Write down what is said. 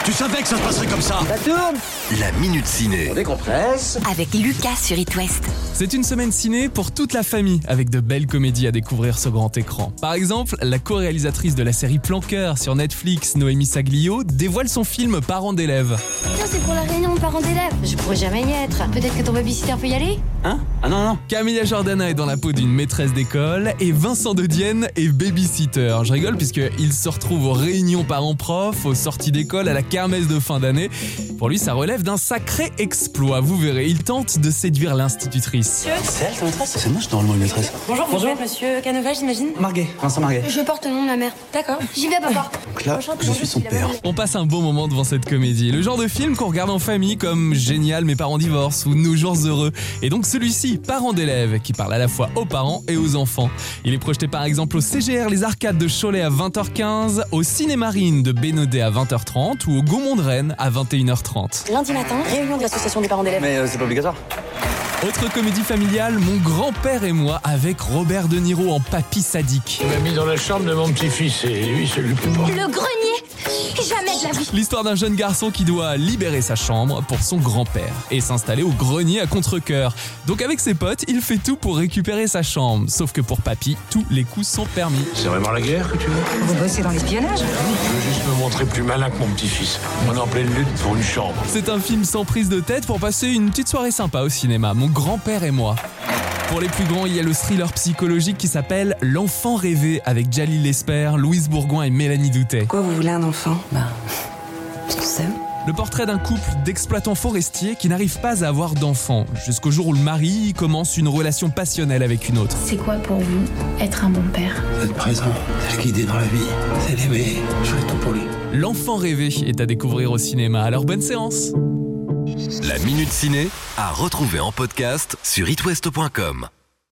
Tu savais que ça se passerait comme ça. Ça tourne. La Minute Ciné. On décompresse. Avec Lucas sur It West. C'est une semaine ciné pour toute la famille, avec de belles comédies à découvrir sur grand écran. Par exemple, la co-réalisatrice de la série Plan Cœur sur Netflix, Noémie Saglio, dévoile son film Parents d'élèves. Ça, c'est pour la réunion de parents d'élèves. Je pourrais jamais y être. Peut-être que ton babysitter peut y aller. Hein? Ah non. Camilla Jordana est dans la peau d'une maîtresse d'école et Vincent De Dienne est babysitter. Je rigole puisqu'il se retrouve aux réunions parents-profs, aux sorties d'école, à la kermesse de fin d'année. Pour lui, ça relève d'un sacré exploit. Vous verrez, il tente de séduire l'institutrice. C'est elle ta maîtresse? C'est moi, je suis normalement une maîtresse. Bonjour, vous êtes monsieur Canova, j'imagine? Vincent Marguet. Je porte le nom de ma mère. D'accord. J'y vais, papa. Donc là, je suis son père. On passe un bon moment devant cette comédie. Le genre de film qu'on regarde en famille comme Génial, mes parents divorcent ou Nos jours heureux. Et donc celui-ci, Parents d'élèves, qui parle à la fois aux parents et aux enfants. Il est projeté par exemple au CGR Les Arcades de Cholet à 20h15, au Cinémarine de Bénodet à 20h30 ou au Gaumont de Rennes à 21h30. Lundi matin, réunion de l'association des parents d'élèves. Mais c'est pas obligatoire. Autre comédie familiale, Mon grand-père et moi, avec Robert De Niro en papy sadique. Il m'a mis dans la chambre de mon petit-fils et lui, ça lui plaît pas. Le grenier. Jamais de la vie. L'histoire d'un jeune garçon qui doit libérer sa chambre pour son grand-père et s'installer au grenier à contre-cœur. Donc avec ses potes, il fait tout pour récupérer sa chambre. Sauf que pour papy, tous les coups sont permis. C'est vraiment la guerre que tu veux? Vous bossez dans l'espionnage? Je veux juste me montrer plus malin que mon petit-fils. On est en pleine lutte pour une chambre. C'est un film sans prise de tête pour passer une petite soirée sympa au cinéma. Mon grand-père et moi. Pour les plus grands, il y a le thriller psychologique qui s'appelle L'enfant rêvé avec Djalil Lesper, Louise Bourgoin et Mélanie Doutet. Pourquoi vous voulez un enfant? Parce qu'on s'aime. Le portrait d'un couple d'exploitants forestiers qui n'arrivent pas à avoir d'enfants, jusqu'au jour où le mari commence une relation passionnelle avec une autre. C'est quoi pour vous être un bon père? C'est être présent, c'est le guider dans la vie, c'est l'aimer, je ferai tout pour lui. L'enfant rêvé est à découvrir au cinéma, alors bonne séance. La Minute Ciné à retrouver en podcast sur itwest.com.